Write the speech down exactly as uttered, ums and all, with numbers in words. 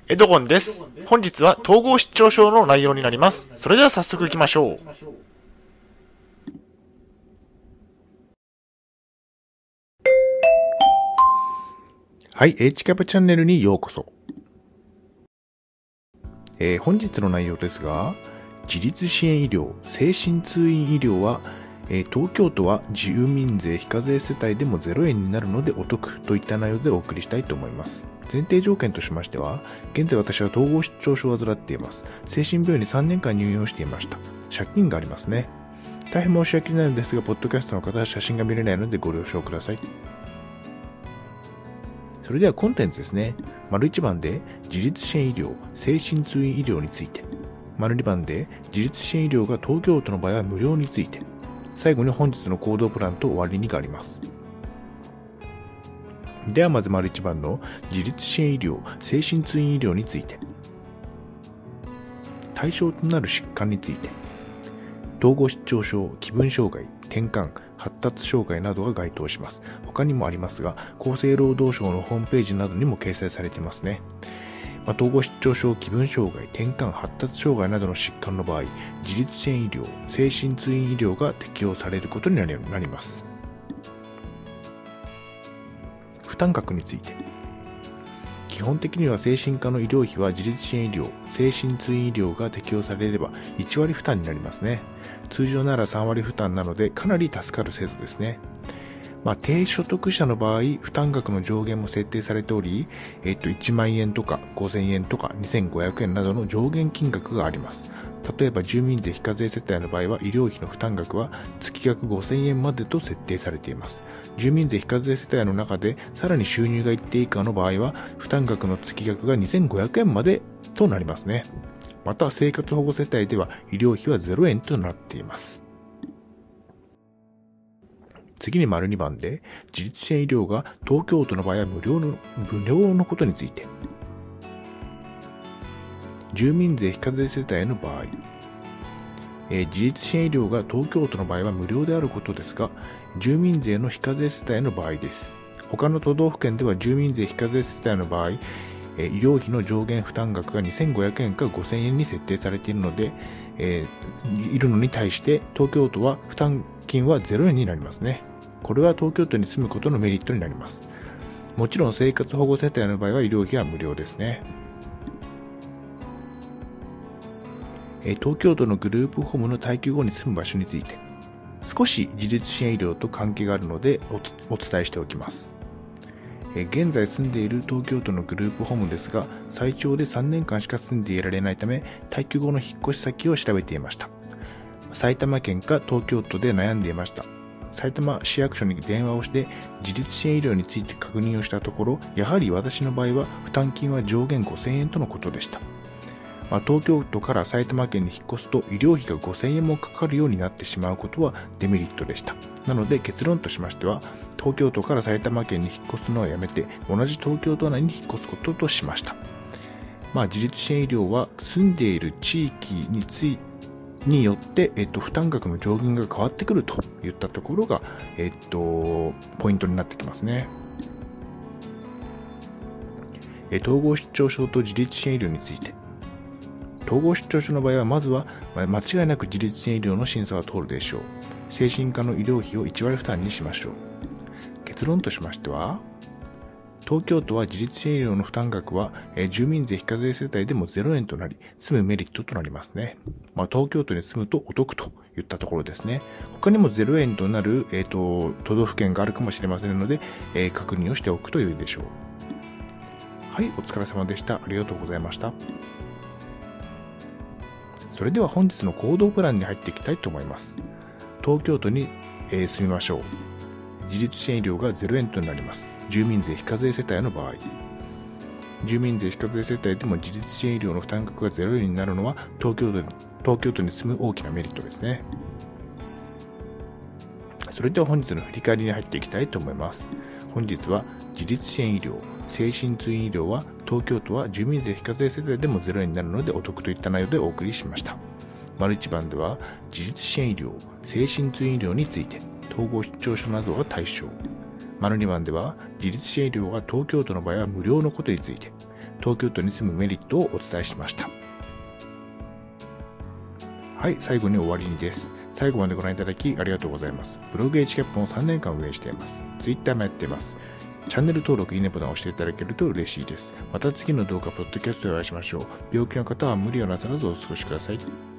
エドゴンです。本日は統合失調症の内容になります。それでは早速行きましょう。 はい、H キャプチャンネルにようこそ。えー、本日の内容ですが、自立支援医療、精神通院医療は、えー、東京都は住民税非課税世帯でもゼロえんになるのでお得といった内容でお送りしたいと思います。前提条件としましては、現在私は統合失調症を患っています。精神病院にさんねんかん入院をしていました。借金がありますね。大変申し訳ないのですが、ポッドキャストの方は写真が見れないのでご了承ください。それではコンテンツですね。丸いちばんで自立支援医療、精神通院医療について。丸にばんで自立支援医療が東京都の場合は無料について。最後に本日の行動プランと終わりにがあります。ではまず丸いちばんの自立支援医療、精神通院医療について。対象となる疾患について。統合失調症、気分障害、転換、発達障害などが該当します。他にもありますが、厚生労働省のホームページなどにも掲載されていますね。まあ、統合失調症、気分障害、転換、発達障害などの疾患の場合、自立支援医療、精神通院医療が適用されることになります。負担額について。基本的には精神科の医療費は自立支援医療、精神通院医療が適用されればいちわり負担になりますね。通常ならさんわり負担なのでかなり助かる制度ですね。まあ、低所得者の場合、負担額の上限も設定されており、えっと、いちまんえんとかごせんえんとかにせんごひゃくえんなどの上限金額があります。例えば住民税非課税世帯の場合は医療費の負担額は月額ごせんえんまでと設定されています。住民税非課税世帯の中でさらに収入が一定以下の場合は負担額の月額がにせんごひゃくえんまでとなりますね。また生活保護世帯では医療費はゼロえんとなっています。次に丸にばんで自立支援医療が東京都の場合は無料の、無料のことについて。住民税非課税世帯の場合、えー、自立支援医療が東京都の場合は無料であることですが、住民税の非課税世帯の場合です。他の都道府県では住民税非課税世帯の場合、えー、医療費の上限負担額がにせんごひゃくえんかごせんえんに設定されているので、えー、いるのに対して東京都は負担金はゼロえんになりますね。これは東京都に住むことのメリットになります。もちろん生活保護世帯の場合は医療費は無料ですね。東京都のグループホームの退去後に住む場所について、少し自立支援医療と関係があるので お, お伝えしておきます。現在住んでいる東京都のグループホームですが、最長でさんねんかんしか住んでいられないため、退去後の引っ越し先を調べていました。埼玉県か東京都で悩んでいました。埼玉市役所に電話をして自立支援医療について確認をしたところ、やはり私の場合は負担金は上限ごせんえんとのことでした。まあ、東京都から埼玉県に引っ越すと医療費がごせんえんもかかるようになってしまうことはデメリットでした。なので結論としましては、東京都から埼玉県に引っ越すのはやめて、同じ東京都内に引っ越すこととしました。まあ、自立支援医療は住んでいる地域についてによって、えっと、負担額の上限が変わってくるといったところが、えっと、ポイントになってきますね。え統合失調症と自立支援医療について。統合失調症の場合は、まずは間違いなく自立支援医療の審査は通るでしょう。精神科の医療費をいちわり負担にしましょう。結論としましては、東京都は自立支援医療の負担額は、えー、住民税非課税世帯でもゼロえんとなり、住むメリットとなりますね。まあ、東京都に住むとお得といったところですね。他にもゼロえんとなる、えーと、都道府県があるかもしれませんので、えー、確認をしておくと良いでしょう。はい、お疲れ様でした。ありがとうございました。それでは本日の行動プランに入っていきたいと思います。東京都に、えー、住みましょう。自立支援医療がゼロえんとなります。住民税非課税世帯の場合、住民税非課税世帯でも自立支援医療の負担額がゼロえんになるのは東京都に、東京都に住む大きなメリットですね。それでは本日の振り返りに入っていきたいと思います。本日は自立支援医療、精神通院医療は東京都は住民税非課税世帯でもゼロえんになるのでお得といった内容でお送りしました。丸一番では自立支援医療、精神通院医療について統合失調症などが対象。丸にばんでは自立支援医療が東京都の場合は無料のことについて、 東京都に住むメリットをお伝えしました。はい、最後に終わりにです。最後までご覧いただきありがとうございます。ブログ エイチキャップ をさんねんかん運営しています。Twitter もやっています。チャンネル登録、いいねボタンを押していただけると嬉しいです。また次の動画、ポッドキャストでお会いしましょう。病気の方は無理をなさらずお過ごしください。